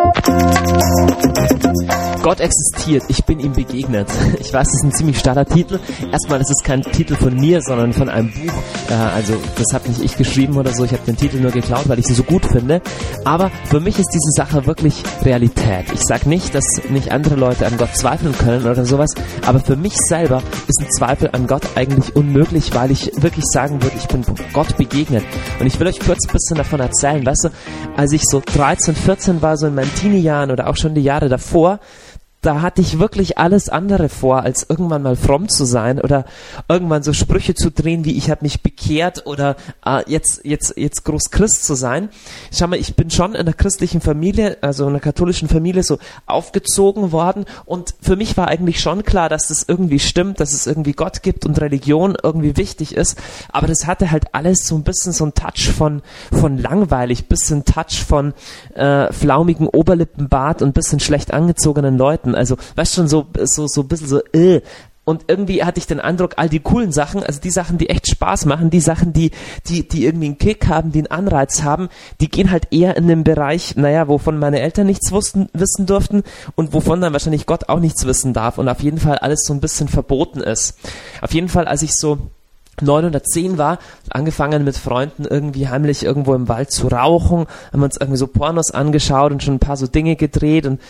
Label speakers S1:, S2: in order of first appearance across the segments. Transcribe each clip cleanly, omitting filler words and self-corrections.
S1: Gott existiert, ich bin ihm begegnet. Ich weiß, das ist ein ziemlich starrer Titel. Erstmal, das ist kein Titel von mir, sondern von einem Buch. Also, das habe nicht ich geschrieben oder so. Ich habe den Titel nur geklaut, weil ich sie so gut finde. Aber für mich ist diese Sache wirklich Realität. Ich sage nicht, dass nicht andere Leute an Gott zweifeln können oder sowas. Aber für mich selber ist ein Zweifel an Gott eigentlich unmöglich, weil ich wirklich sagen würde, ich bin Gott begegnet. Und ich will euch kurz ein bisschen davon erzählen. Weißt du, als ich so 13, 14 war, so in meinen Teenie-Jahren oder auch schon die Jahre davor, da hatte ich wirklich alles andere vor, als irgendwann mal fromm zu sein oder irgendwann so Sprüche zu drehen, wie ich habe mich bekehrt oder jetzt groß Christ zu sein. Schau mal, ich bin schon in einer christlichen Familie, also in einer katholischen Familie so aufgezogen worden und für mich war eigentlich schon klar, dass das irgendwie stimmt, dass es irgendwie Gott gibt und Religion irgendwie wichtig ist, aber das hatte halt alles so ein bisschen so ein Touch von langweilig, bisschen Touch von flaumigen Oberlippenbart und bisschen schlecht angezogenen Leuten. Also, weißt schon, so ein bisschen so, Und irgendwie hatte ich den Eindruck, all die coolen Sachen, also die Sachen, die echt Spaß machen, die Sachen, die irgendwie einen Kick haben, die einen Anreiz haben, die gehen halt eher in den Bereich, wovon meine Eltern nichts wissen durften und wovon dann wahrscheinlich Gott auch nichts wissen darf und auf jeden Fall alles so ein bisschen verboten ist. Auf jeden Fall, als ich so 9 oder 10 war, angefangen mit Freunden irgendwie heimlich irgendwo im Wald zu rauchen, haben uns irgendwie so Pornos angeschaut und schon ein paar so Dinge gedreht und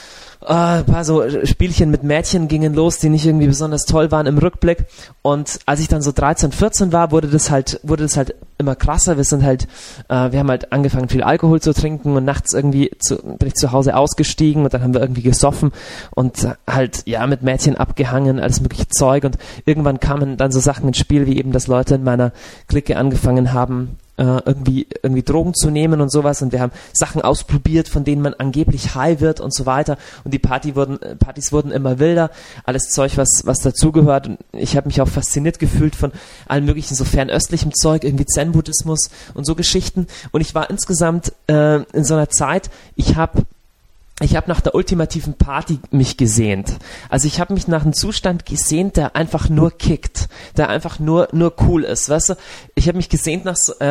S1: ein paar so Spielchen mit Mädchen gingen los, die nicht irgendwie besonders toll waren im Rückblick. Und als ich dann so 13, 14 war, wurde das halt immer krasser. Wir haben halt angefangen, viel Alkohol zu trinken und nachts irgendwie bin ich zu Hause ausgestiegen und dann haben wir irgendwie gesoffen und halt, mit Mädchen abgehangen, alles mögliche Zeug. Und irgendwann kamen dann so Sachen ins Spiel, wie eben, dass Leute in meiner Clique angefangen haben, irgendwie Drogen zu nehmen und sowas und wir haben Sachen ausprobiert, von denen man angeblich high wird und so weiter und die Partys wurden immer wilder, alles Zeug, was dazugehört und ich habe mich auch fasziniert gefühlt von allem möglichen so fernöstlichem Zeug, irgendwie Zen-Buddhismus und so Geschichten und ich war insgesamt in so einer Zeit, ich habe nach der ultimativen Party mich gesehnt. Also ich habe mich nach einem Zustand gesehnt, der einfach nur kickt, der einfach nur cool ist, weißt du? Ich habe mich gesehnt nach so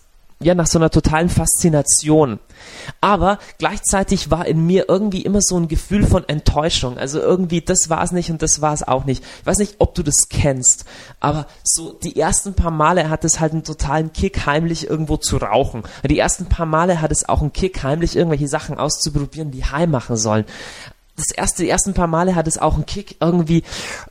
S1: einer totalen Faszination. Aber gleichzeitig war in mir irgendwie immer so ein Gefühl von Enttäuschung. Also irgendwie, das war es nicht und das war es auch nicht. Ich weiß nicht, ob du das kennst, aber so die ersten paar Male hat es halt einen totalen Kick, heimlich irgendwo zu rauchen. Die ersten paar Male hat es auch einen Kick, heimlich irgendwelche Sachen auszuprobieren, die high machen sollen. Die ersten paar Male hat es auch einen Kick, irgendwie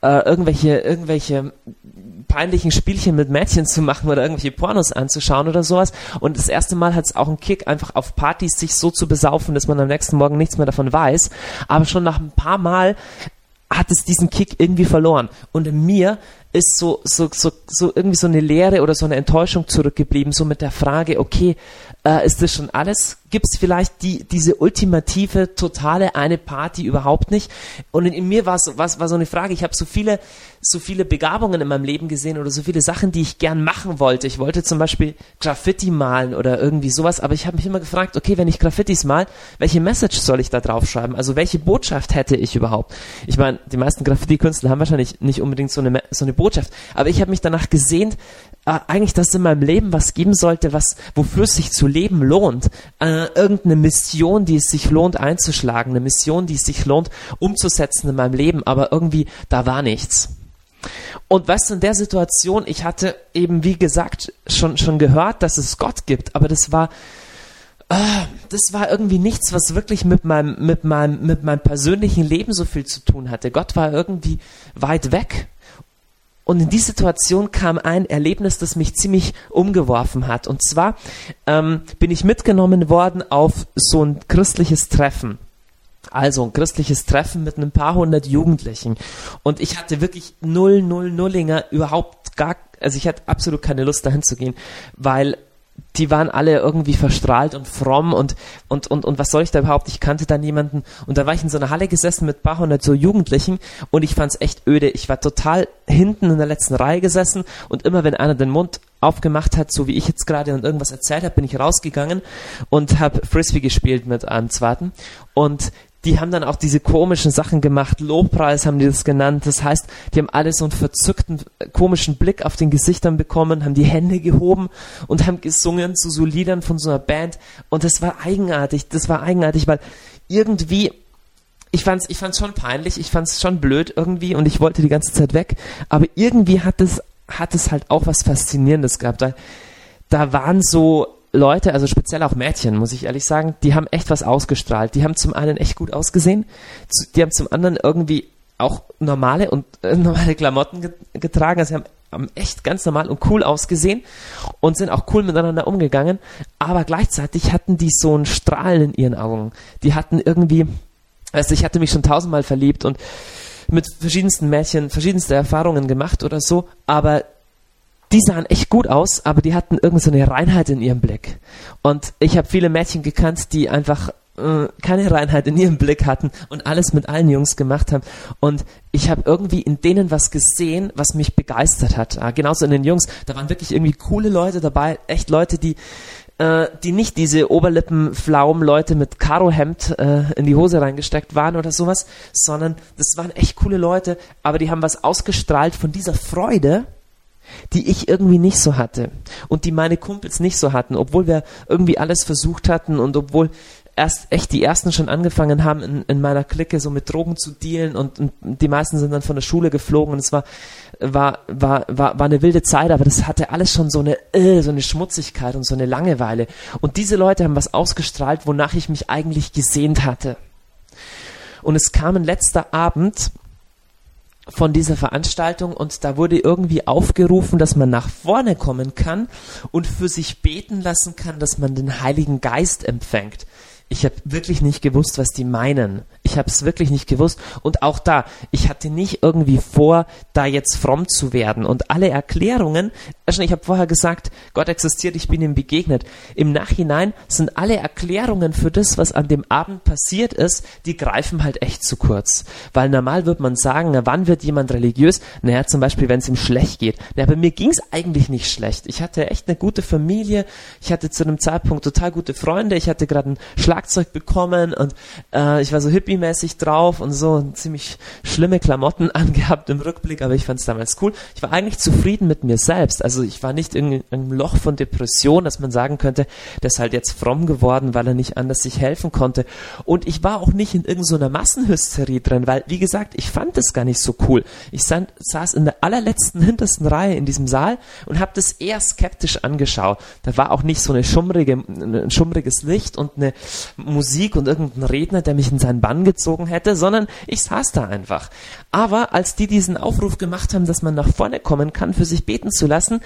S1: irgendwelche peinlichen Spielchen mit Mädchen zu machen oder irgendwelche Pornos anzuschauen oder sowas. Und das erste Mal hat es auch einen Kick, einfach auf Partys sich so zu besaufen, dass man am nächsten Morgen nichts mehr davon weiß. Aber schon nach ein paar Mal hat es diesen Kick irgendwie verloren. Und in mir ist so irgendwie so eine Leere oder so eine Enttäuschung zurückgeblieben, so mit der Frage, okay, ist das schon alles? Gibt es vielleicht diese ultimative, totale eine Party überhaupt nicht? Und in mir war so eine Frage, ich habe so viele Begabungen in meinem Leben gesehen oder so viele Sachen, die ich gern machen wollte. Ich wollte zum Beispiel Graffiti malen oder irgendwie sowas, aber ich habe mich immer gefragt, okay, wenn ich Graffitis mal, welche Message soll ich da drauf schreiben? Also welche Botschaft hätte ich überhaupt? Ich meine, die meisten Graffiti-Künstler haben wahrscheinlich nicht unbedingt so eine Botschaft, aber ich habe mich danach gesehnt, eigentlich, dass es in meinem Leben was geben sollte, wofür es sich zu leben lohnt. Irgendeine Mission, die es sich lohnt einzuschlagen, eine Mission, die es sich lohnt umzusetzen in meinem Leben, aber irgendwie, da war nichts. Und weißt du, in der Situation, ich hatte eben, wie gesagt, schon gehört, dass es Gott gibt, aber das war irgendwie nichts, was wirklich mit meinem persönlichen Leben so viel zu tun hatte. Gott war irgendwie weit weg. Und in die Situation kam ein Erlebnis, das mich ziemlich umgeworfen hat. Und zwar bin ich mitgenommen worden auf so ein christliches Treffen. Also ein christliches Treffen mit ein paar hundert Jugendlichen. Und ich hatte wirklich Nullinger überhaupt also ich hatte absolut keine Lust dahin zu gehen, weil die waren alle irgendwie verstrahlt und fromm und was soll ich da überhaupt? Ich kannte da niemanden und da war ich in so einer Halle gesessen mit ein paar hundert so Jugendlichen und ich fand's echt öde. Ich war total hinten in der letzten Reihe gesessen und immer wenn einer den Mund aufgemacht hat, so wie ich jetzt gerade und irgendwas erzählt habe, bin ich rausgegangen und habe Frisbee gespielt mit einem zweiten und die haben dann auch diese komischen Sachen gemacht, Lobpreis haben die das genannt, das heißt, die haben alle so einen verzückten, komischen Blick auf den Gesichtern bekommen, haben die Hände gehoben und haben gesungen zu so Liedern von so einer Band und das war eigenartig, weil irgendwie, ich fand's schon peinlich, ich fand's schon blöd irgendwie und ich wollte die ganze Zeit weg, aber irgendwie hat es halt auch was Faszinierendes gehabt. Da waren so Leute, also speziell auch Mädchen, muss ich ehrlich sagen, die haben echt was ausgestrahlt. Die haben zum einen echt gut ausgesehen, die haben zum anderen irgendwie auch normale Klamotten getragen, also sie haben echt ganz normal und cool ausgesehen und sind auch cool miteinander umgegangen, aber gleichzeitig hatten die so ein Strahlen in ihren Augen. Die hatten irgendwie, also ich hatte mich schon 1000-mal verliebt und mit verschiedensten Mädchen verschiedenste Erfahrungen gemacht oder so, aber die sahen echt gut aus, aber die hatten irgend so eine Reinheit in ihrem Blick. Und ich habe viele Mädchen gekannt, die einfach keine Reinheit in ihrem Blick hatten und alles mit allen Jungs gemacht haben. Und ich habe irgendwie in denen was gesehen, was mich begeistert hat. Genauso in den Jungs, da waren wirklich irgendwie coole Leute dabei, echt Leute, die nicht diese Oberlippenpflaumen-Leute mit Karohemd in die Hose reingesteckt waren oder sowas, sondern das waren echt coole Leute, aber die haben was ausgestrahlt von dieser Freude, die ich irgendwie nicht so hatte und die meine Kumpels nicht so hatten, obwohl wir irgendwie alles versucht hatten und obwohl erst echt die ersten schon angefangen haben in meiner Clique so mit Drogen zu dealen und die meisten sind dann von der Schule geflogen und es war eine wilde Zeit, aber das hatte alles schon so eine Schmutzigkeit und so eine Langeweile und diese Leute haben was ausgestrahlt, wonach ich mich eigentlich gesehnt hatte. Und es kam ein letzter Abend von dieser Veranstaltung und da wurde irgendwie aufgerufen, dass man nach vorne kommen kann und für sich beten lassen kann, dass man den Heiligen Geist empfängt. Ich habe wirklich nicht gewusst, was die meinen. Ich habe es wirklich nicht gewusst. Und auch da, ich hatte nicht irgendwie vor, da jetzt fromm zu werden. Und alle Erklärungen, ich habe vorher gesagt, Gott existiert, ich bin ihm begegnet. Im Nachhinein sind alle Erklärungen für das, was an dem Abend passiert ist, die greifen halt echt zu kurz. Weil normal wird man sagen, na, wann wird jemand religiös? Naja, zum Beispiel, wenn es ihm schlecht geht. Na, bei mir ging es eigentlich nicht schlecht. Ich hatte echt eine gute Familie. Ich hatte zu einem Zeitpunkt total gute Freunde. Ich hatte gerade einen Schlagzeug bekommen und ich war so hippie-mäßig drauf und so ziemlich schlimme Klamotten angehabt im Rückblick, aber ich fand es damals cool. Ich war eigentlich zufrieden mit mir selbst. Also ich war nicht in einem Loch von Depression, dass man sagen könnte, der ist halt jetzt fromm geworden, weil er nicht anders sich helfen konnte. Und ich war auch nicht in irgendeiner Massenhysterie drin, weil, wie gesagt, ich fand das gar nicht so cool. Ich saß in der allerletzten, hintersten Reihe in diesem Saal und habe das eher skeptisch angeschaut. Da war auch nicht so ein schummriges Licht und eine Musik und irgendein Redner, der mich in seinen Bann gezogen hätte, sondern ich saß da einfach. Aber als die diesen Aufruf gemacht haben, dass man nach vorne kommen kann, für sich beten zu lassen,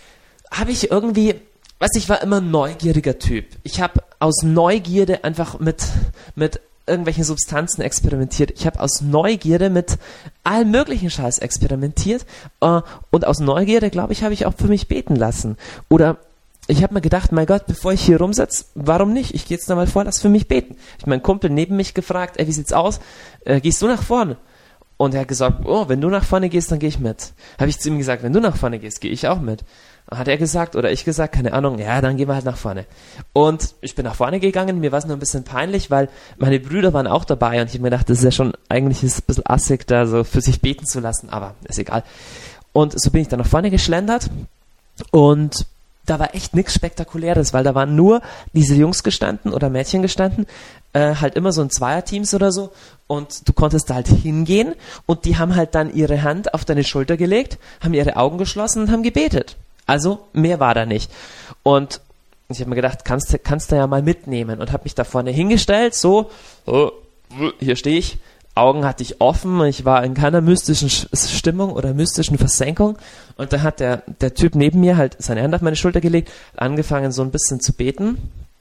S1: habe ich irgendwie, ich war immer ein neugieriger Typ. Ich habe aus Neugierde einfach mit irgendwelchen Substanzen experimentiert. Ich habe aus Neugierde mit allem möglichen Scheiß experimentiert und aus Neugierde, glaube ich, habe ich auch für mich beten lassen. Oder ich habe mir gedacht, mein Gott, bevor ich hier rumsitze, warum nicht? Ich gehe jetzt da mal vor, lass für mich beten. Ich habe meinen Kumpel neben mich gefragt, wie sieht's aus? Gehst du nach vorne? Und er hat gesagt, oh, wenn du nach vorne gehst, dann gehe ich mit. Habe ich zu ihm gesagt, wenn du nach vorne gehst, gehe ich auch mit. Hat er gesagt oder ich gesagt, keine Ahnung, ja, dann gehen wir halt nach vorne. Und ich bin nach vorne gegangen, mir war es nur ein bisschen peinlich, weil meine Brüder waren auch dabei und ich habe mir gedacht, das ist ja schon, eigentlich ist es ein bisschen assig, da so für sich beten zu lassen, aber ist egal. Und so bin ich dann nach vorne geschlendert und da war echt nichts Spektakuläres, weil da waren nur diese Jungs gestanden oder Mädchen gestanden, halt immer so in Zweierteams oder so und du konntest da halt hingehen und die haben halt dann ihre Hand auf deine Schulter gelegt, haben ihre Augen geschlossen und haben gebetet. Also mehr war da nicht. Und ich habe mir gedacht, kannst du ja mal mitnehmen und habe mich da vorne hingestellt, so, hier stehe ich, Augen hatte ich offen, ich war in keiner mystischen Stimmung oder mystischen Versenkung und da hat der Typ neben mir halt seine Hand auf meine Schulter gelegt, angefangen so ein bisschen zu beten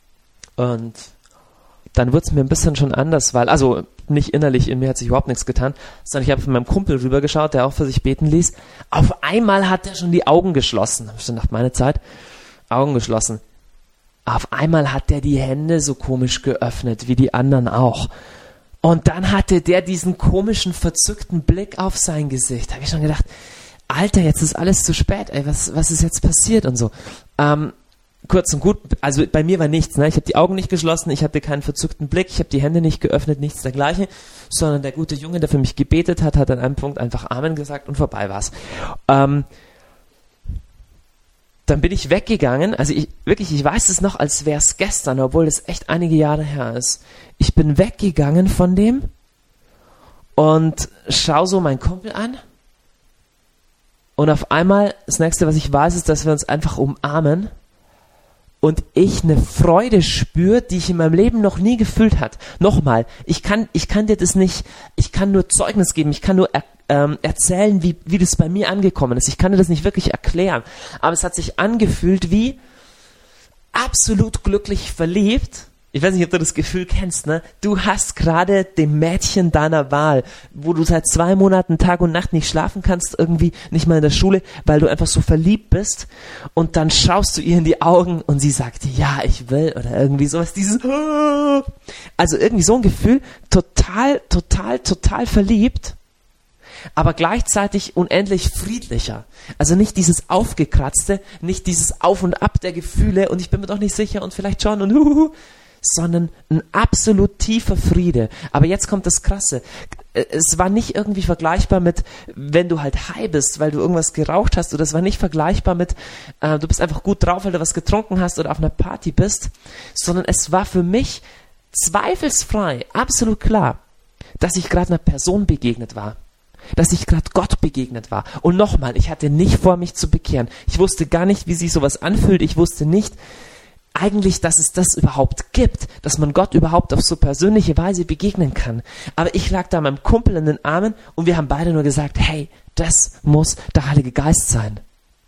S1: und dann wurde es mir ein bisschen schon anders, weil, also nicht innerlich, in mir hat sich überhaupt nichts getan, sondern ich habe von meinem Kumpel rübergeschaut, der auch für sich beten ließ. Auf einmal hat er schon die Augen geschlossen. Habe ich schon nach meiner Zeit Augen geschlossen. Auf einmal hat er die Hände so komisch geöffnet, wie die anderen auch. Und dann hatte der diesen komischen, verzückten Blick auf sein Gesicht. Da habe ich schon gedacht, Alter, jetzt ist alles zu spät, ey, was ist jetzt passiert und so. Kurz und gut, also bei mir war nichts, ne? Ich habe die Augen nicht geschlossen, ich hatte keinen verzückten Blick, ich habe die Hände nicht geöffnet, nichts dergleichen, sondern der gute Junge, der für mich gebetet hat, hat an einem Punkt einfach Amen gesagt und vorbei war's. dann bin ich weggegangen, also ich weiß es noch, als wäre es gestern, obwohl das echt einige Jahre her ist. Ich bin weggegangen von dem und schau so meinen Kumpel an und auf einmal, das nächste, was ich weiß, ist, dass wir uns einfach umarmen und ich eine Freude spüre, die ich in meinem Leben noch nie gefühlt hat. Nochmal, ich kann dir das nicht, ich kann nur Zeugnis geben, ich kann nur erzählen, wie das bei mir angekommen ist. Ich kann dir das nicht wirklich erklären, aber es hat sich angefühlt wie absolut glücklich verliebt. Ich weiß nicht, ob du das Gefühl kennst, ne? Du hast gerade dem Mädchen deiner Wahl, wo du seit 2 Monaten Tag und Nacht nicht schlafen kannst, irgendwie nicht mal in der Schule, weil du einfach so verliebt bist und dann schaust du ihr in die Augen und sie sagt, ja, ich will oder irgendwie sowas, also irgendwie so ein Gefühl, total verliebt, aber gleichzeitig unendlich friedlicher. Also nicht dieses Aufgekratzte, nicht dieses Auf und Ab der Gefühle und ich bin mir doch nicht sicher und vielleicht schon und sondern ein absolut tiefer Friede. Aber jetzt kommt das Krasse. Es war nicht irgendwie vergleichbar mit, wenn du halt high bist, weil du irgendwas geraucht hast, oder es war nicht vergleichbar mit, du bist einfach gut drauf, weil du was getrunken hast oder auf einer Party bist, sondern es war für mich zweifelsfrei, absolut klar, dass ich gerade einer Person begegnet war. Dass ich gerade Gott begegnet war. Und nochmal, ich hatte nicht vor, mich zu bekehren. Ich wusste gar nicht, wie sich sowas anfühlt. Ich wusste nicht eigentlich, dass es das überhaupt gibt, dass man Gott überhaupt auf so persönliche Weise begegnen kann. Aber ich lag da meinem Kumpel in den Armen und wir haben beide nur gesagt, hey, das muss der Heilige Geist sein.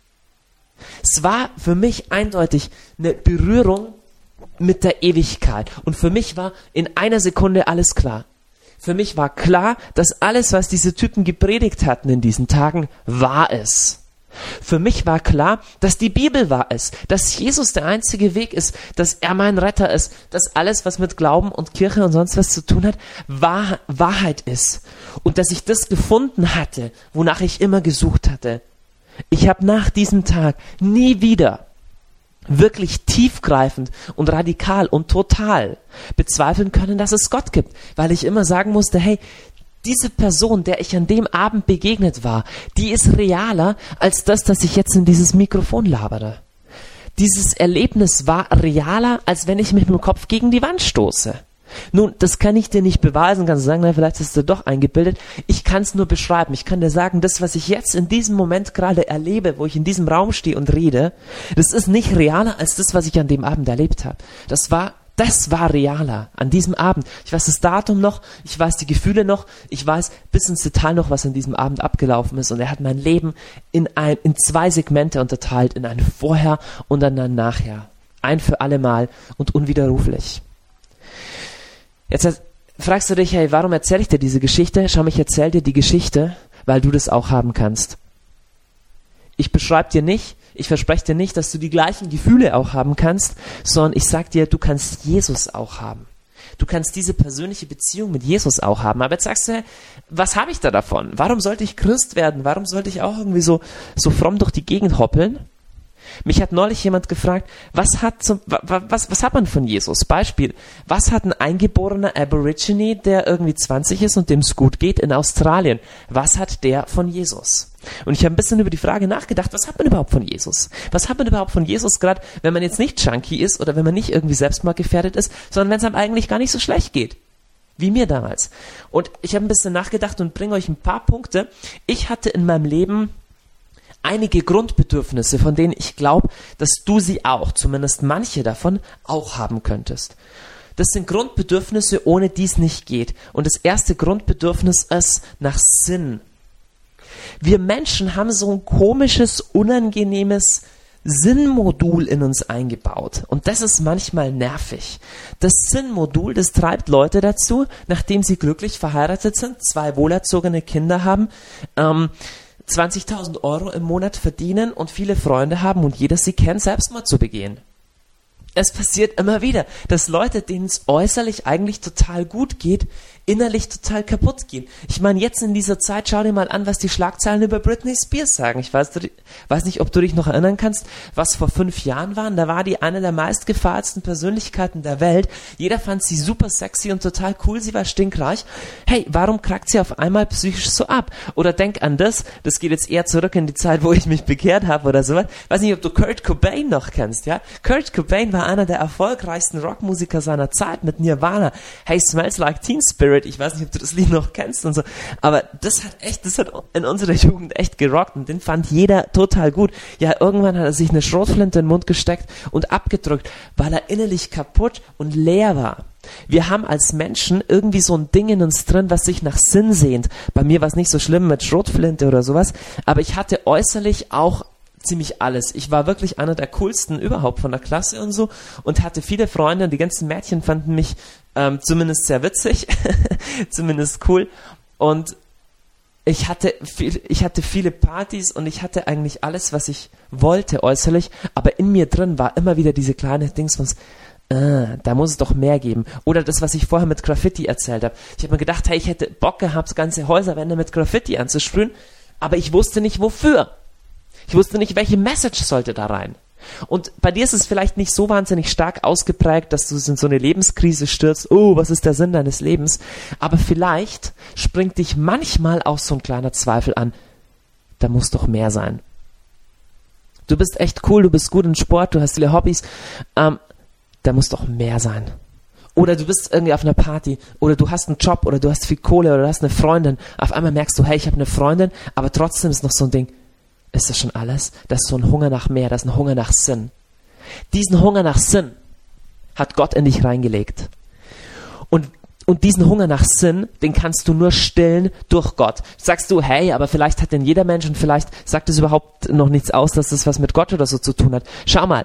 S1: Es war für mich eindeutig eine Berührung mit der Ewigkeit. Und für mich war in einer Sekunde alles klar. Für mich war klar, dass alles, was diese Typen gepredigt hatten in diesen Tagen, wahr ist. Für mich war klar, dass die Bibel wahr ist, dass Jesus der einzige Weg ist, dass er mein Retter ist, dass alles, was mit Glauben und Kirche und sonst was zu tun hat, Wahrheit ist. Und dass ich das gefunden hatte, wonach ich immer gesucht hatte. Ich habe nach diesem Tag nie wieder wirklich tiefgreifend und radikal und total bezweifeln können, dass es Gott gibt, weil ich immer sagen musste, hey, diese Person, der ich an dem Abend begegnet war, die ist realer als das, dass ich jetzt in dieses Mikrofon labere. Dieses Erlebnis war realer, als wenn ich mich mit dem Kopf gegen die Wand stoße. Nun, das kann ich dir nicht beweisen, kannst du sagen, na, vielleicht hast du doch eingebildet. Ich kann es nur beschreiben. Ich kann dir sagen, das, was ich jetzt in diesem Moment gerade erlebe, wo ich in diesem Raum stehe und rede, das ist nicht realer als das, was ich an dem Abend erlebt habe. Das war realer an diesem Abend. Ich weiß das Datum noch, ich weiß die Gefühle noch, ich weiß bis ins Detail noch, was an diesem Abend abgelaufen ist. Und er hat mein Leben in 2 Segmente unterteilt, in ein Vorher und dann ein Nachher. Ein für alle Mal und unwiderruflich. Jetzt fragst du dich, hey, warum erzähle ich dir diese Geschichte? Schau, ich erzähle dir die Geschichte, weil du das auch haben kannst. Ich beschreibe dir nicht, ich verspreche dir nicht, dass du die gleichen Gefühle auch haben kannst, sondern ich sag dir, du kannst Jesus auch haben. Du kannst diese persönliche Beziehung mit Jesus auch haben. Aber jetzt sagst du, was habe ich da davon? Warum sollte ich Christ werden? Warum sollte ich auch irgendwie so fromm durch die Gegend hoppeln? Mich hat neulich jemand gefragt, was hat man von Jesus? Beispiel, was hat ein eingeborener Aborigine, der irgendwie 20 ist und dem es gut geht in Australien? Was hat der von Jesus? Und ich habe ein bisschen über die Frage nachgedacht, was hat man überhaupt von Jesus? Was hat man überhaupt von Jesus, gerade wenn man jetzt nicht Junkie ist oder wenn man nicht irgendwie selbstmordgefährdet ist, sondern wenn es einem eigentlich gar nicht so schlecht geht? Wie mir damals. Und ich habe ein bisschen nachgedacht und bringe euch ein paar Punkte. Ich hatte in meinem Leben einige Grundbedürfnisse, von denen ich glaube, dass du sie auch, zumindest manche davon, auch haben könntest. Das sind Grundbedürfnisse, ohne die es nicht geht. Und das erste Grundbedürfnis ist nach Sinn. Wir Menschen haben so ein komisches, unangenehmes Sinnmodul in uns eingebaut. Und das ist manchmal nervig. Das Sinnmodul, das treibt Leute dazu, nachdem sie glücklich verheiratet sind, 2 wohlerzogene Kinder haben, 20.000 Euro im Monat verdienen und viele Freunde haben und jeder sie kennt, Selbstmord zu begehen. Es passiert immer wieder, dass Leute, denen es äußerlich eigentlich total gut geht, innerlich total kaputt gehen. Ich meine, jetzt in dieser Zeit, schau dir mal an, was die Schlagzeilen über Britney Spears sagen. Ich weiß nicht, ob du dich noch erinnern kannst, was vor 5 Jahren war. Da war die eine der meistgefeiertsten Persönlichkeiten der Welt. Jeder fand sie super sexy und total cool. Sie war stinkreich. Hey, warum krackt sie auf einmal psychisch so ab? Oder denk an das geht jetzt eher zurück in die Zeit, wo ich mich bekehrt habe oder sowas. Weiß nicht, ob du Kurt Cobain noch kennst, ja? Kurt Cobain war einer der erfolgreichsten Rockmusiker seiner Zeit mit Nirvana. Hey, Smells Like Teen Spirit, ich weiß nicht, ob du das Lied noch kennst und so, aber das hat in unserer Jugend echt gerockt und den fand jeder total gut. Ja, irgendwann hat er sich eine Schrotflinte in den Mund gesteckt und abgedrückt, weil er innerlich kaputt und leer war. Wir haben als Menschen irgendwie so ein Ding in uns drin, was sich nach Sinn sehnt. Bei mir war es nicht so schlimm mit Schrotflinte oder sowas, aber ich hatte äußerlich auch ziemlich alles. Ich war wirklich einer der coolsten überhaupt von der Klasse und so und hatte viele Freunde und die ganzen Mädchen fanden mich zumindest sehr witzig, zumindest cool und ich hatte viele Partys und ich hatte eigentlich alles, was ich wollte äußerlich, aber in mir drin war immer wieder diese kleine Dingsbums, da muss es doch mehr geben. Oder das, was ich vorher mit Graffiti erzählt habe. Ich habe mir gedacht, hey, ich hätte Bock gehabt, ganze Häuserwände mit Graffiti anzusprühen, aber ich wusste nicht wofür. Ich wusste nicht, welche Message sollte da rein. Und bei dir ist es vielleicht nicht so wahnsinnig stark ausgeprägt, dass du in so eine Lebenskrise stürzt. Oh, was ist der Sinn deines Lebens? Aber vielleicht springt dich manchmal auch so ein kleiner Zweifel an. Da muss doch mehr sein. Du bist echt cool, du bist gut in Sport, du hast viele Hobbys. Da muss doch mehr sein. Oder du bist irgendwie auf einer Party oder du hast einen Job oder du hast viel Kohle oder du hast eine Freundin. Auf einmal merkst du, hey, ich habe eine Freundin, aber trotzdem ist noch so ein Ding. Ist das schon alles? Das ist so ein Hunger nach mehr, das ist ein Hunger nach Sinn. Diesen Hunger nach Sinn hat Gott in dich reingelegt. Und diesen Hunger nach Sinn, den kannst du nur stillen durch Gott. Sagst du, hey, aber vielleicht hat denn jeder Mensch und vielleicht sagt es überhaupt noch nichts aus, dass das was mit Gott oder so zu tun hat. Schau mal,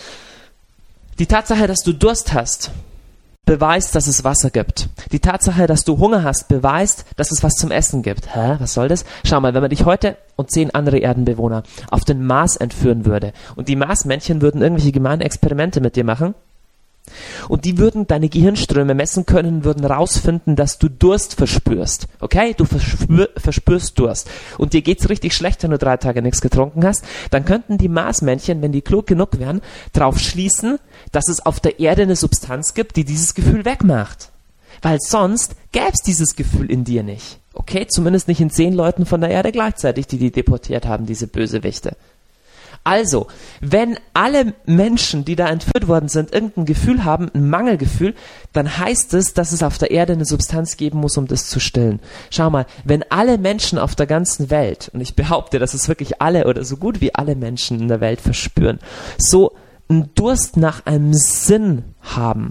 S1: die Tatsache, dass du Durst hast, beweist, dass es Wasser gibt. Die Tatsache, dass du Hunger hast, beweist, dass es was zum Essen gibt. Hä? Was soll das? Schau mal, wenn man dich heute und 10 andere Erdenbewohner auf den Mars entführen würde und die Marsmännchen würden irgendwelche gemeinen Experimente mit dir machen und die würden deine Gehirnströme messen können, würden rausfinden, dass du Durst verspürst. Okay? Du verspürst Durst. Und dir geht's richtig schlecht, wenn du 3 Tage nichts getrunken hast. Dann könnten die Marsmännchen, wenn die klug genug wären, darauf schließen, dass es auf der Erde eine Substanz gibt, die dieses Gefühl wegmacht. Weil sonst gäbe es dieses Gefühl in dir nicht. Okay? Zumindest nicht in 10 Leuten von der Erde gleichzeitig, die deportiert haben, diese Bösewichte. Also, wenn alle Menschen, die da entführt worden sind, irgendein Gefühl haben, ein Mangelgefühl, dann heißt es, dass es auf der Erde eine Substanz geben muss, um das zu stillen. Schau mal, wenn alle Menschen auf der ganzen Welt, und ich behaupte, dass es wirklich alle oder so gut wie alle Menschen in der Welt verspüren, so einen Durst nach einem Sinn haben,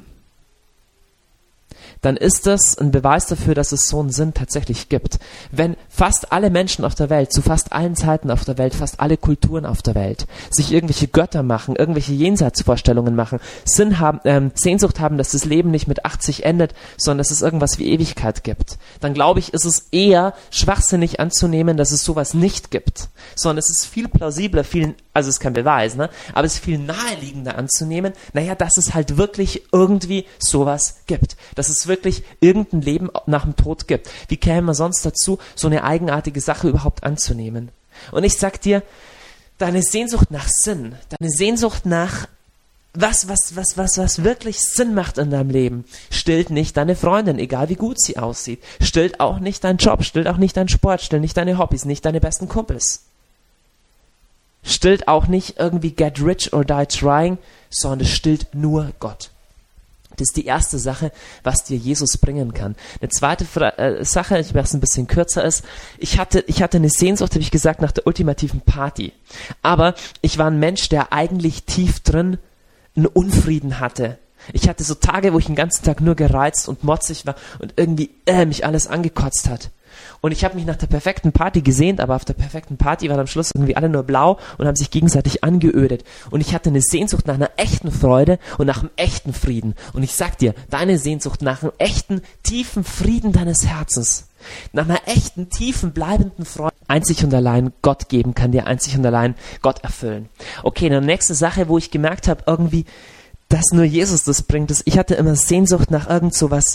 S1: dann ist das ein Beweis dafür, dass es so einen Sinn tatsächlich gibt. Wenn fast alle Menschen auf der Welt, zu fast allen Zeiten auf der Welt, fast alle Kulturen auf der Welt, sich irgendwelche Götter machen, irgendwelche Jenseitsvorstellungen machen, Sehnsucht haben, dass das Leben nicht mit 80 endet, sondern dass es irgendwas wie Ewigkeit gibt, dann glaube ich, ist es eher schwachsinnig anzunehmen, dass es sowas nicht gibt, sondern es ist viel plausibler, also es ist kein Beweis, ne? Aber es ist viel naheliegender anzunehmen, dass es halt wirklich irgendwie sowas gibt, dass es wirklich irgendein Leben nach dem Tod gibt. Wie käme man sonst dazu, so eine eigenartige Sache überhaupt anzunehmen? Und ich sag dir, deine Sehnsucht nach Sinn, deine Sehnsucht nach was wirklich Sinn macht in deinem Leben, stillt nicht deine Freundin, egal wie gut sie aussieht, stillt auch nicht dein Job, stillt auch nicht dein Sport, stillt nicht deine Hobbys, nicht deine besten Kumpels. Stillt auch nicht irgendwie get rich or die trying, sondern es stillt nur Gott. Das ist die erste Sache, was dir Jesus bringen kann. Eine zweite Sache, ich mache es ein bisschen kürzer, ist, ich hatte eine Sehnsucht, habe ich gesagt, nach der ultimativen Party. Aber ich war ein Mensch, der eigentlich tief drin einen Unfrieden hatte. Ich hatte so Tage, wo ich den ganzen Tag nur gereizt und motzig war und irgendwie mich alles angekotzt hat. Und ich habe mich nach der perfekten Party gesehnt, aber auf der perfekten Party waren am Schluss irgendwie alle nur blau und haben sich gegenseitig angeödet. Und ich hatte eine Sehnsucht nach einer echten Freude und nach einem echten Frieden. Und ich sag dir, deine Sehnsucht nach einem echten, tiefen Frieden deines Herzens, nach einer echten, tiefen, bleibenden Freude, einzig und allein Gott geben kann, dir einzig und allein Gott erfüllen. Okay, eine nächste Sache, wo ich gemerkt habe, irgendwie, dass nur Jesus das bringt, ist, ich hatte immer Sehnsucht nach irgend sowas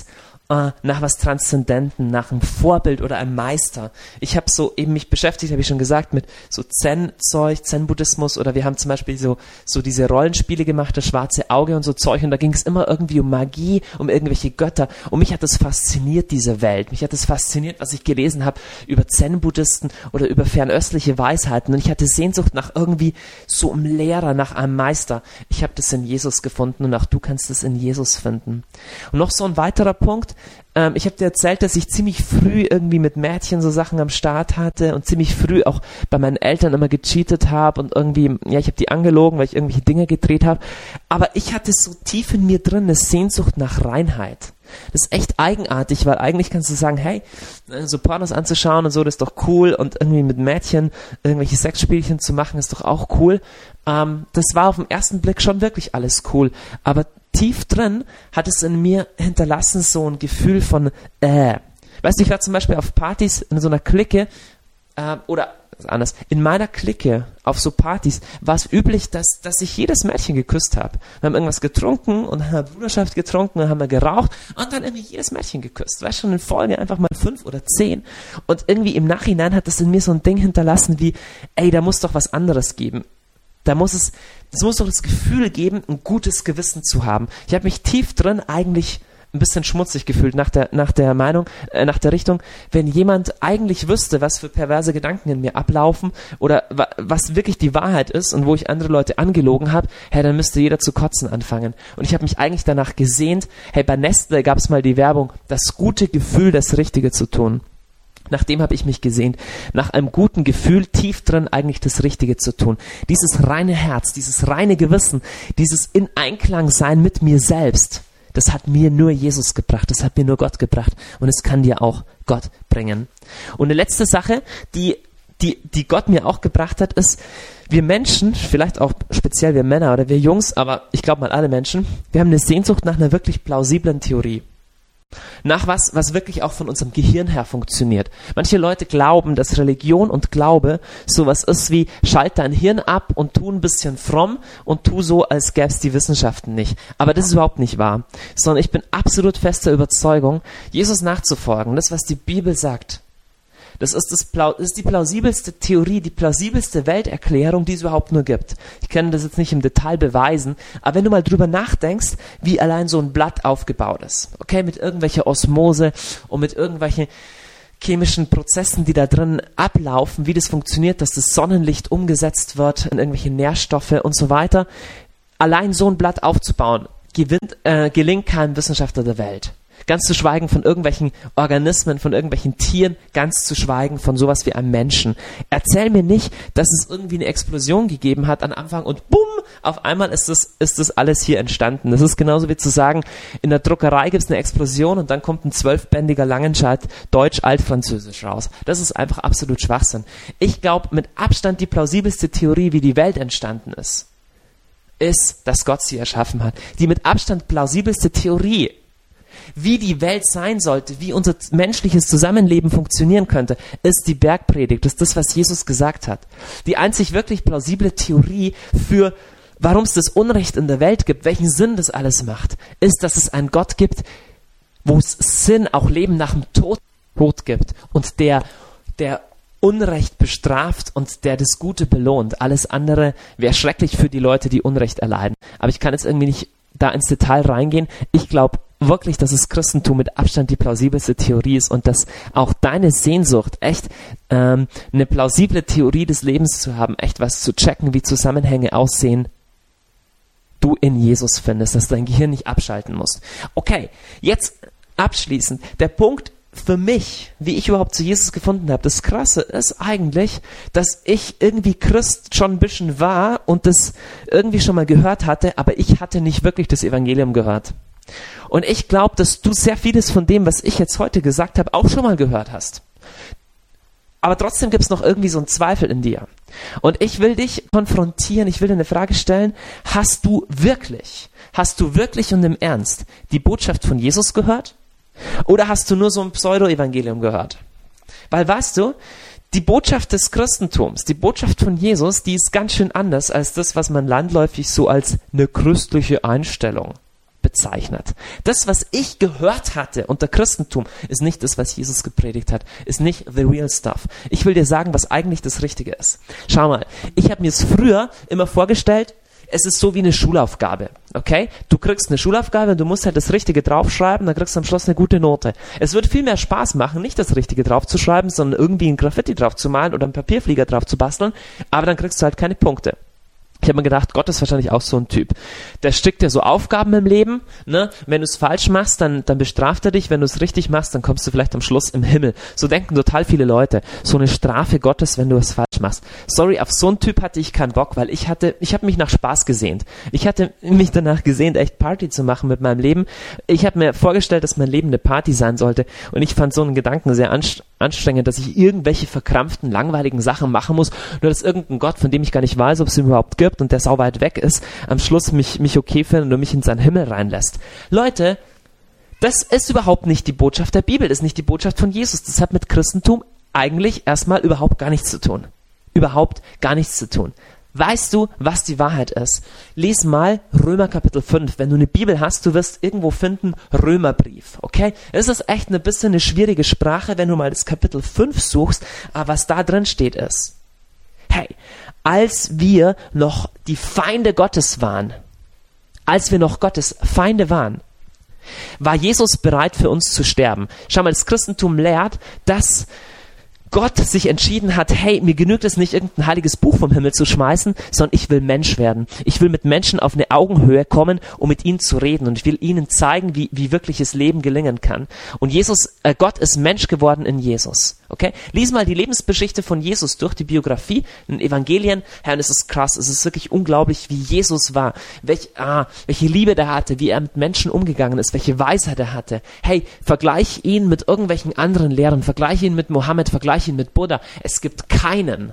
S1: nach was Transzendentem, nach einem Vorbild oder einem Meister. Ich habe so eben mich beschäftigt, habe ich schon gesagt, mit so Zen-Zeug, Zen-Buddhismus, oder wir haben zum Beispiel so diese Rollenspiele gemacht, das schwarze Auge und so Zeug, und da ging es immer irgendwie um Magie, um irgendwelche Götter, und mich hat das fasziniert, diese Welt. Mich hat das fasziniert, was ich gelesen habe über Zen-Buddhisten oder über fernöstliche Weisheiten, und ich hatte Sehnsucht nach irgendwie so einem Lehrer, nach einem Meister. Ich habe das in Jesus gefunden, und auch du kannst es in Jesus finden. Und noch so ein weiterer Punkt: ich habe dir erzählt, dass ich ziemlich früh irgendwie mit Mädchen so Sachen am Start hatte und ziemlich früh auch bei meinen Eltern immer gecheatet habe und irgendwie, ja, ich habe die angelogen, weil ich irgendwelche Dinge gedreht habe. Aber ich hatte so tief in mir drin eine Sehnsucht nach Reinheit. Das ist echt eigenartig, weil eigentlich kannst du sagen, hey, so Pornos anzuschauen und so, das ist doch cool, und irgendwie mit Mädchen irgendwelche Sexspielchen zu machen, ist doch auch cool. Das war auf den ersten Blick schon wirklich alles cool, aber tief drin hat es in mir hinterlassen so ein Gefühl von Weißt du, ich war zum Beispiel auf Partys in so einer Clique, oder anders, in meiner Clique auf so Partys war es üblich, dass ich jedes Mädchen geküsst habe. Wir haben irgendwas getrunken und haben Bruderschaft getrunken und haben wir geraucht und dann irgendwie jedes Mädchen geküsst. Weißt du, schon in Folge einfach mal 5 oder 10. Und irgendwie im Nachhinein hat das in mir so ein Ding hinterlassen wie, ey, da muss doch was anderes geben. Es muss doch das Gefühl geben, ein gutes Gewissen zu haben. Ich habe mich tief drin eigentlich ein bisschen schmutzig gefühlt nach der Richtung, wenn jemand eigentlich wüsste, was für perverse Gedanken in mir ablaufen oder was wirklich die Wahrheit ist und wo ich andere Leute angelogen habe, hey, dann müsste jeder zu kotzen anfangen. Und ich habe mich eigentlich danach gesehnt, hey, bei Nestle gab es mal die Werbung, das gute Gefühl, das Richtige zu tun. Nach dem habe ich mich gesehnt, nach einem guten Gefühl, tief drin eigentlich das Richtige zu tun. Dieses reine Herz, dieses reine Gewissen, dieses in Einklang sein mit mir selbst, das hat mir nur Jesus gebracht, das hat mir nur Gott gebracht, und es kann dir auch Gott bringen. Und eine letzte Sache, die Gott mir auch gebracht hat, ist, wir Menschen, vielleicht auch speziell wir Männer oder wir Jungs, aber ich glaube mal alle Menschen, wir haben eine Sehnsucht nach einer wirklich plausiblen Theorie. Nach was wirklich auch von unserem Gehirn her funktioniert. Manche Leute glauben, dass Religion und Glaube sowas ist wie, schalt dein Hirn ab und tu ein bisschen fromm und tu so, als gäbe es die Wissenschaften nicht. Aber das ist überhaupt nicht wahr. Sondern ich bin absolut fester Überzeugung, Jesus nachzufolgen, das, was die Bibel sagt, das ist die plausibelste Theorie, die plausibelste Welterklärung, die es überhaupt nur gibt. Ich kann das jetzt nicht im Detail beweisen, aber wenn du mal drüber nachdenkst, wie allein so ein Blatt aufgebaut ist, okay, mit irgendwelcher Osmose und mit irgendwelchen chemischen Prozessen, die da drin ablaufen, wie das funktioniert, dass das Sonnenlicht umgesetzt wird in irgendwelche Nährstoffe und so weiter, allein so ein Blatt aufzubauen, gelingt keinem Wissenschaftler der Welt. Ganz zu schweigen von irgendwelchen Organismen, von irgendwelchen Tieren, ganz zu schweigen von sowas wie einem Menschen. Erzähl mir nicht, dass es irgendwie eine Explosion gegeben hat am Anfang und bumm, auf einmal ist das alles hier entstanden. Das ist genauso wie zu sagen, in der Druckerei gibt es eine Explosion und dann kommt ein 12-bändiger Langenscheidt Deutsch-Altfranzösisch raus. Das ist einfach absolut Schwachsinn. Ich glaube, mit Abstand die plausibelste Theorie, wie die Welt entstanden ist, dass Gott sie erschaffen hat. Die mit Abstand plausibelste Theorie, wie die Welt sein sollte, wie unser menschliches Zusammenleben funktionieren könnte, ist die Bergpredigt. Das ist das, was Jesus gesagt hat. Die einzig wirklich plausible Theorie für, warum es das Unrecht in der Welt gibt, welchen Sinn das alles macht, ist, dass es einen Gott gibt, wo es Sinn, auch Leben nach dem Tod gibt und der Unrecht bestraft und der das Gute belohnt. Alles andere wäre schrecklich für die Leute, die Unrecht erleiden. Aber ich kann jetzt irgendwie nicht da ins Detail reingehen. Ich glaube wirklich, dass das Christentum mit Abstand die plausibelste Theorie ist und dass auch deine Sehnsucht, echt eine plausible Theorie des Lebens zu haben, echt was zu checken, wie Zusammenhänge aussehen, du in Jesus findest, dass dein Gehirn nicht abschalten musst. Okay, jetzt abschließend, der Punkt für mich, wie ich überhaupt zu Jesus gefunden habe, das Krasse ist eigentlich, dass ich irgendwie Christ schon ein bisschen war und das irgendwie schon mal gehört hatte, aber ich hatte nicht wirklich das Evangelium gehört. Und ich glaube, dass du sehr vieles von dem, was ich jetzt heute gesagt habe, auch schon mal gehört hast. Aber trotzdem gibt es noch irgendwie so einen Zweifel in dir. Und ich will dich konfrontieren, ich will dir eine Frage stellen, hast du wirklich und im Ernst die Botschaft von Jesus gehört? Oder hast du nur so ein Pseudo-Evangelium gehört? Weil, weißt du, die Botschaft des Christentums, die Botschaft von Jesus, die ist ganz schön anders als das, was man landläufig so als eine christliche Einstellung bezeichnet. Das, was ich gehört hatte unter Christentum, ist nicht das, was Jesus gepredigt hat, ist nicht the real stuff. Ich will dir sagen, was eigentlich das Richtige ist. Schau mal, ich habe mir es früher immer vorgestellt, es ist so wie eine Schulaufgabe, okay? Du kriegst eine Schulaufgabe und du musst halt das Richtige draufschreiben, dann kriegst du am Schluss eine gute Note. Es wird viel mehr Spaß machen, nicht das Richtige draufzuschreiben, sondern irgendwie ein Graffiti drauf zu malen oder einen Papierflieger drauf zu basteln, aber dann kriegst du halt keine Punkte. Ich habe mir gedacht, Gott ist wahrscheinlich auch so ein Typ. Der stickt dir so Aufgaben im Leben, ne? Wenn du es falsch machst, dann bestraft er dich. Wenn du es richtig machst, dann kommst du vielleicht am Schluss im Himmel. So denken total viele Leute. So eine Strafe Gottes, wenn du es falsch machst. Sorry, auf so einen Typ hatte ich keinen Bock, weil ich habe mich nach Spaß gesehnt. Ich hatte mich danach gesehnt, echt Party zu machen mit meinem Leben. Ich habe mir vorgestellt, dass mein Leben eine Party sein sollte und ich fand so einen Gedanken sehr anstrengend, dass ich irgendwelche verkrampften, langweiligen Sachen machen muss, nur dass irgendein Gott, von dem ich gar nicht weiß, ob es ihn überhaupt gibt und der sau weit weg ist, am Schluss mich okay findet und mich in seinen Himmel reinlässt. Leute, das ist überhaupt nicht die Botschaft der Bibel, das ist nicht die Botschaft von Jesus. Das hat mit Christentum eigentlich erstmal überhaupt gar nichts zu tun. Überhaupt gar nichts zu tun. Weißt du, was die Wahrheit ist? Lies mal Römer Kapitel 5. Wenn du eine Bibel hast, du wirst irgendwo finden Römerbrief, okay? Es ist echt ein bisschen eine schwierige Sprache, wenn du mal das Kapitel 5 suchst, aber was da drin steht ist, hey, als wir noch die Feinde Gottes waren, als wir noch Gottes Feinde waren, war Jesus bereit für uns zu sterben. Schau mal, das Christentum lehrt, dass Gott sich entschieden hat, hey, mir genügt es nicht, irgendein heiliges Buch vom Himmel zu schmeißen, sondern ich will Mensch werden. Ich will mit Menschen auf eine Augenhöhe kommen, um mit ihnen zu reden. Und ich will ihnen zeigen, wie wirkliches Leben gelingen kann. Und Gott ist Mensch geworden in Jesus. Okay? Lies mal die Lebensgeschichte von Jesus durch, die Biografie, in den Evangelien. Herr, und es ist krass, es ist wirklich unglaublich, wie Jesus war. Welche Liebe der hatte, wie er mit Menschen umgegangen ist, welche Weisheit er hatte. Hey, vergleich ihn mit irgendwelchen anderen Lehrern, vergleich ihn mit Mohammed, vergleich ihn mit Buddha. Es gibt keinen,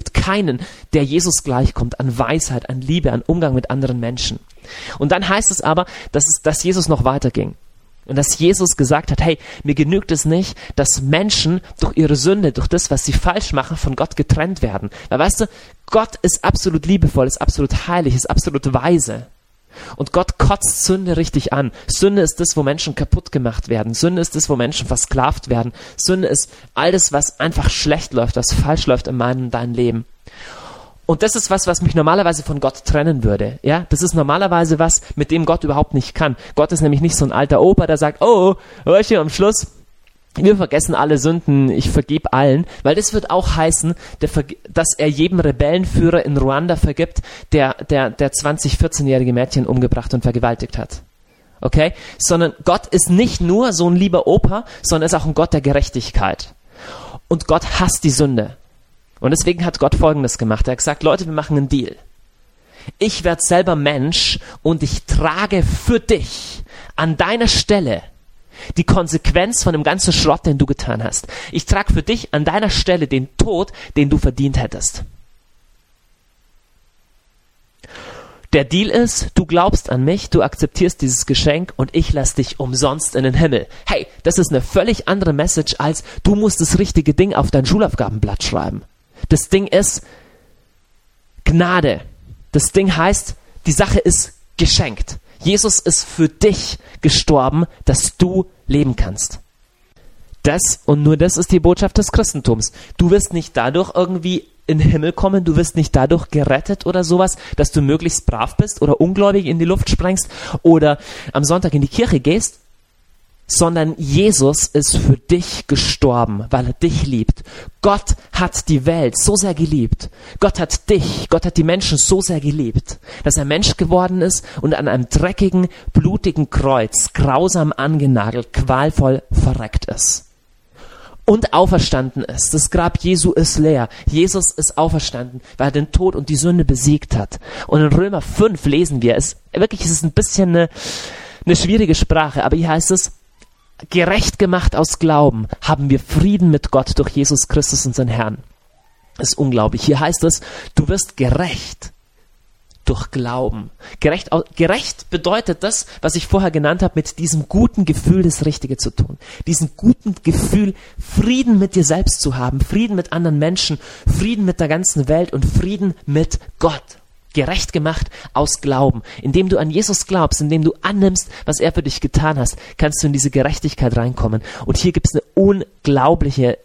S1: der Jesus gleichkommt an Weisheit, an Liebe, an Umgang mit anderen Menschen. Und dann heißt es aber, dass Jesus noch weiterging. Und dass Jesus gesagt hat, hey, mir genügt es nicht, dass Menschen durch ihre Sünde, durch das, was sie falsch machen, von Gott getrennt werden. Weil weißt du, Gott ist absolut liebevoll, ist absolut heilig, ist absolut weise. Und Gott kotzt Sünde richtig an. Sünde ist das, wo Menschen kaputt gemacht werden. Sünde ist das, wo Menschen versklavt werden. Sünde ist all das, was einfach schlecht läuft, was falsch läuft in meinem und deinem Leben. Und das ist was mich normalerweise von Gott trennen würde. Ja, das ist normalerweise was, mit dem Gott überhaupt nicht kann. Gott ist nämlich nicht so ein alter Opa, der sagt, oh, weißt du, am Schluss, wir vergessen alle Sünden, ich vergebe allen. Weil das wird auch heißen, dass er jedem Rebellenführer in Ruanda vergibt, der 14-jährige Mädchen umgebracht und vergewaltigt hat. Okay? Sondern Gott ist nicht nur so ein lieber Opa, sondern ist auch ein Gott der Gerechtigkeit. Und Gott hasst die Sünde. Und deswegen hat Gott Folgendes gemacht. Er hat gesagt, Leute, wir machen einen Deal. Ich werde selber Mensch und ich trage für dich an deiner Stelle die Konsequenz von dem ganzen Schrott, den du getan hast. Ich trage für dich an deiner Stelle den Tod, den du verdient hättest. Der Deal ist, du glaubst an mich, du akzeptierst dieses Geschenk und ich lasse dich umsonst in den Himmel. Hey, das ist eine völlig andere Message als, du musst das richtige Ding auf dein Schulaufgabenblatt schreiben. Das Ding ist Gnade. Das Ding heißt, die Sache ist geschenkt. Jesus ist für dich gestorben, dass du leben kannst. Das und nur das ist die Botschaft des Christentums. Du wirst nicht dadurch irgendwie in den Himmel kommen, du wirst nicht dadurch gerettet oder sowas, dass du möglichst brav bist oder ungläubig in die Luft sprengst oder am Sonntag in die Kirche gehst, sondern Jesus ist für dich gestorben, weil er dich liebt. Gott hat die Welt so sehr geliebt. Gott hat die Menschen so sehr geliebt, dass er Mensch geworden ist und an einem dreckigen, blutigen Kreuz grausam angenagelt, qualvoll verreckt ist. Und auferstanden ist. Das Grab Jesu ist leer. Jesus ist auferstanden, weil er den Tod und die Sünde besiegt hat. Und in Römer 5 lesen wir, es ist ein bisschen eine schwierige Sprache, aber hier heißt es, gerecht gemacht aus Glauben haben wir Frieden mit Gott durch Jesus Christus, unseren Herrn. Das ist unglaublich. Hier heißt es, du wirst gerecht durch Glauben. Gerecht bedeutet das, was ich vorher genannt habe, mit diesem guten Gefühl, das Richtige zu tun. Diesen guten Gefühl, Frieden mit dir selbst zu haben, Frieden mit anderen Menschen, Frieden mit der ganzen Welt und Frieden mit Gott. Gerecht gemacht aus Glauben. Indem du an Jesus glaubst, indem du annimmst, was er für dich getan hast, kannst du in diese Gerechtigkeit reinkommen. Und hier gibt es eine unglaubliche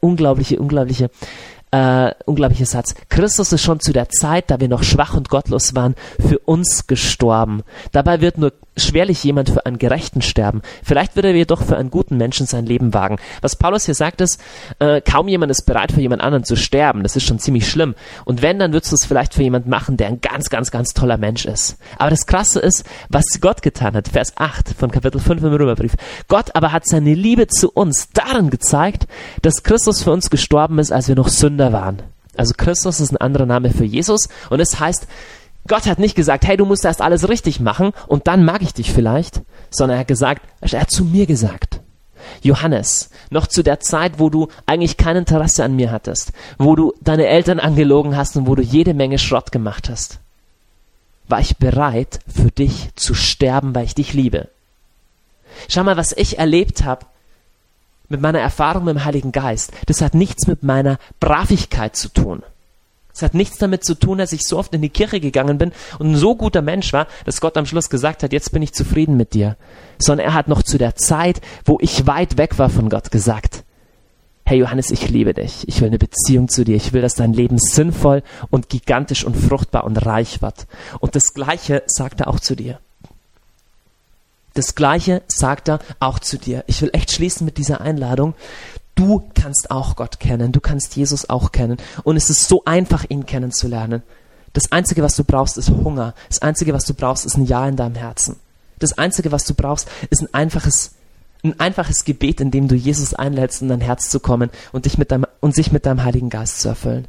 S1: Satz. Christus ist schon zu der Zeit, da wir noch schwach und gottlos waren, für uns gestorben. Dabei wird nur schwerlich jemand für einen Gerechten sterben. Vielleicht wird er jedoch für einen guten Menschen sein Leben wagen. Was Paulus hier sagt ist, kaum jemand ist bereit, für jemand anderen zu sterben. Das ist schon ziemlich schlimm. Und wenn, dann würdest du es vielleicht für jemanden machen, der ein ganz, ganz, ganz toller Mensch ist. Aber das Krasse ist, was Gott getan hat. Vers 8 von Kapitel 5 im Römerbrief. Gott aber hat seine Liebe zu uns darin gezeigt, dass Christus für uns gestorben ist, als wir noch Sünder waren. Also Christus ist ein anderer Name für Jesus. Und es heißt, Gott hat nicht gesagt, hey, du musst erst alles richtig machen und dann mag ich dich vielleicht, sondern er hat zu mir gesagt, Johannes, noch zu der Zeit, wo du eigentlich kein Interesse an mir hattest, wo du deine Eltern angelogen hast und wo du jede Menge Schrott gemacht hast, war ich bereit, für dich zu sterben, weil ich dich liebe. Schau mal, was ich erlebt habe mit meiner Erfahrung mit dem Heiligen Geist. Das hat nichts mit meiner Bravigkeit zu tun. Es hat nichts damit zu tun, dass ich so oft in die Kirche gegangen bin und ein so guter Mensch war, dass Gott am Schluss gesagt hat, jetzt bin ich zufrieden mit dir. Sondern er hat noch zu der Zeit, wo ich weit weg war von Gott, gesagt, hey Johannes, ich liebe dich. Ich will eine Beziehung zu dir. Ich will, dass dein Leben sinnvoll und gigantisch und fruchtbar und reich wird. Und das Gleiche sagt er auch zu dir. Das Gleiche sagt er auch zu dir. Ich will echt schließen mit dieser Einladung. Du kannst auch Gott kennen, du kannst Jesus auch kennen und es ist so einfach, ihn kennenzulernen. Das Einzige, was du brauchst, ist Hunger. Das Einzige, was du brauchst, ist ein Ja in deinem Herzen. Das Einzige, was du brauchst, ist ein einfaches Gebet, in dem du Jesus einlädst, in dein Herz zu kommen und sich mit deinem Heiligen Geist zu erfüllen.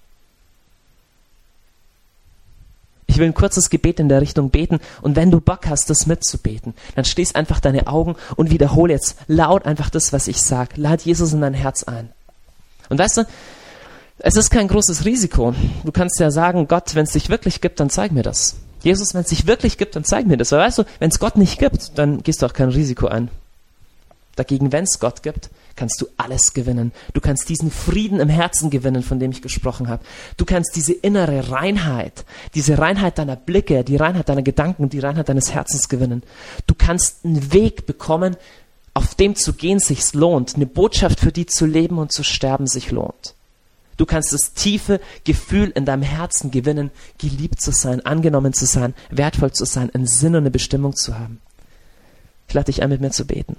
S1: Ich will ein kurzes Gebet in der Richtung beten und wenn du Bock hast, das mitzubeten, dann schließ einfach deine Augen und wiederhole jetzt laut einfach das, was ich sage. Lad Jesus in dein Herz ein. Und weißt du, es ist kein großes Risiko. Du kannst ja sagen, Gott, wenn es dich wirklich gibt, dann zeig mir das. Jesus, wenn es dich wirklich gibt, dann zeig mir das. Weil weißt du, wenn es Gott nicht gibt, dann gehst du auch kein Risiko ein. Dagegen, wenn es Gott gibt, kannst du alles gewinnen. Du kannst diesen Frieden im Herzen gewinnen, von dem ich gesprochen habe. Du kannst diese innere Reinheit, diese Reinheit deiner Blicke, die Reinheit deiner Gedanken, die Reinheit deines Herzens gewinnen. Du kannst einen Weg bekommen, auf dem zu gehen sich's lohnt. Eine Botschaft, für die zu leben und zu sterben sich lohnt. Du kannst das tiefe Gefühl in deinem Herzen gewinnen, geliebt zu sein, angenommen zu sein, wertvoll zu sein, einen Sinn und eine Bestimmung zu haben. Ich lade dich ein, mit mir zu beten.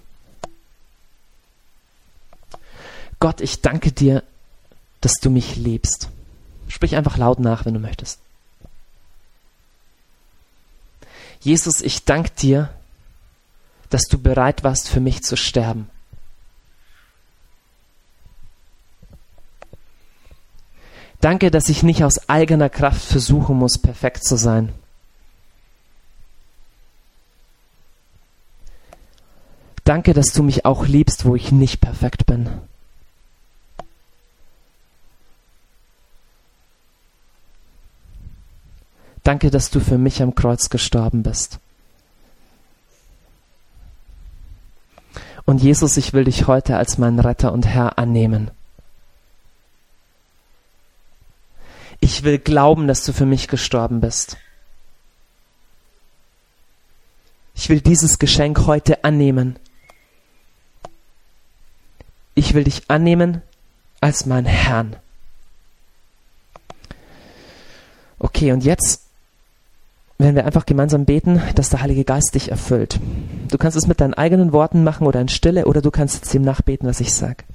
S1: Gott, ich danke dir, dass du mich liebst. Sprich einfach laut nach, wenn du möchtest. Jesus, ich danke dir, dass du bereit warst, für mich zu sterben. Danke, dass ich nicht aus eigener Kraft versuchen muss, perfekt zu sein. Danke, dass du mich auch liebst, wo ich nicht perfekt bin. Danke, dass du für mich am Kreuz gestorben bist. Und Jesus, ich will dich heute als meinen Retter und Herr annehmen. Ich will glauben, dass du für mich gestorben bist. Ich will dieses Geschenk heute annehmen. Ich will dich annehmen als meinen Herrn. Okay, und jetzt werden wir einfach gemeinsam beten, dass der Heilige Geist dich erfüllt. Du kannst es mit deinen eigenen Worten machen oder in Stille oder du kannst jetzt dem nachbeten, was ich sage.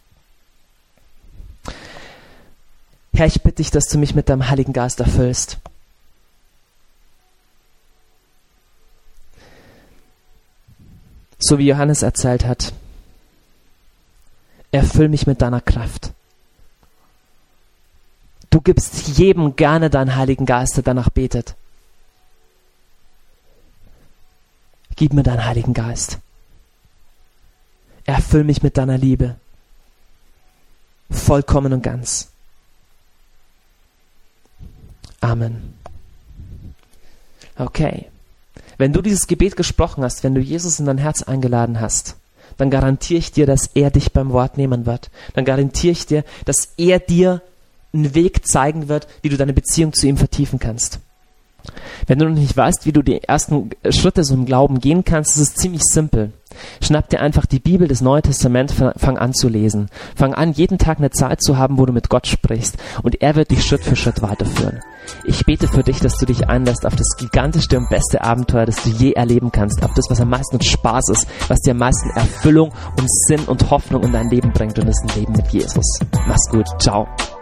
S1: Herr, ich bitte dich, dass du mich mit deinem Heiligen Geist erfüllst. So wie Johannes erzählt hat, erfüll mich mit deiner Kraft. Du gibst jedem gerne deinen Heiligen Geist, der danach betet. Gib mir deinen Heiligen Geist. Erfüll mich mit deiner Liebe. Vollkommen und ganz. Amen. Okay. Wenn du dieses Gebet gesprochen hast, wenn du Jesus in dein Herz eingeladen hast, dann garantiere ich dir, dass er dich beim Wort nehmen wird. Dann garantiere ich dir, dass er dir einen Weg zeigen wird, wie du deine Beziehung zu ihm vertiefen kannst. Wenn du noch nicht weißt, wie du die ersten Schritte so im Glauben gehen kannst, ist es ziemlich simpel. Schnapp dir einfach die Bibel, das Neue Testament, fang an zu lesen. Fang an, jeden Tag eine Zeit zu haben, wo du mit Gott sprichst. Und er wird dich Schritt für Schritt weiterführen. Ich bete für dich, dass du dich einlässt auf das gigantischste und beste Abenteuer, das du je erleben kannst. Auf das, was am meisten Spaß ist, was dir am meisten Erfüllung und Sinn und Hoffnung in dein Leben bringt. Und das ist ein Leben mit Jesus. Mach's gut. Ciao.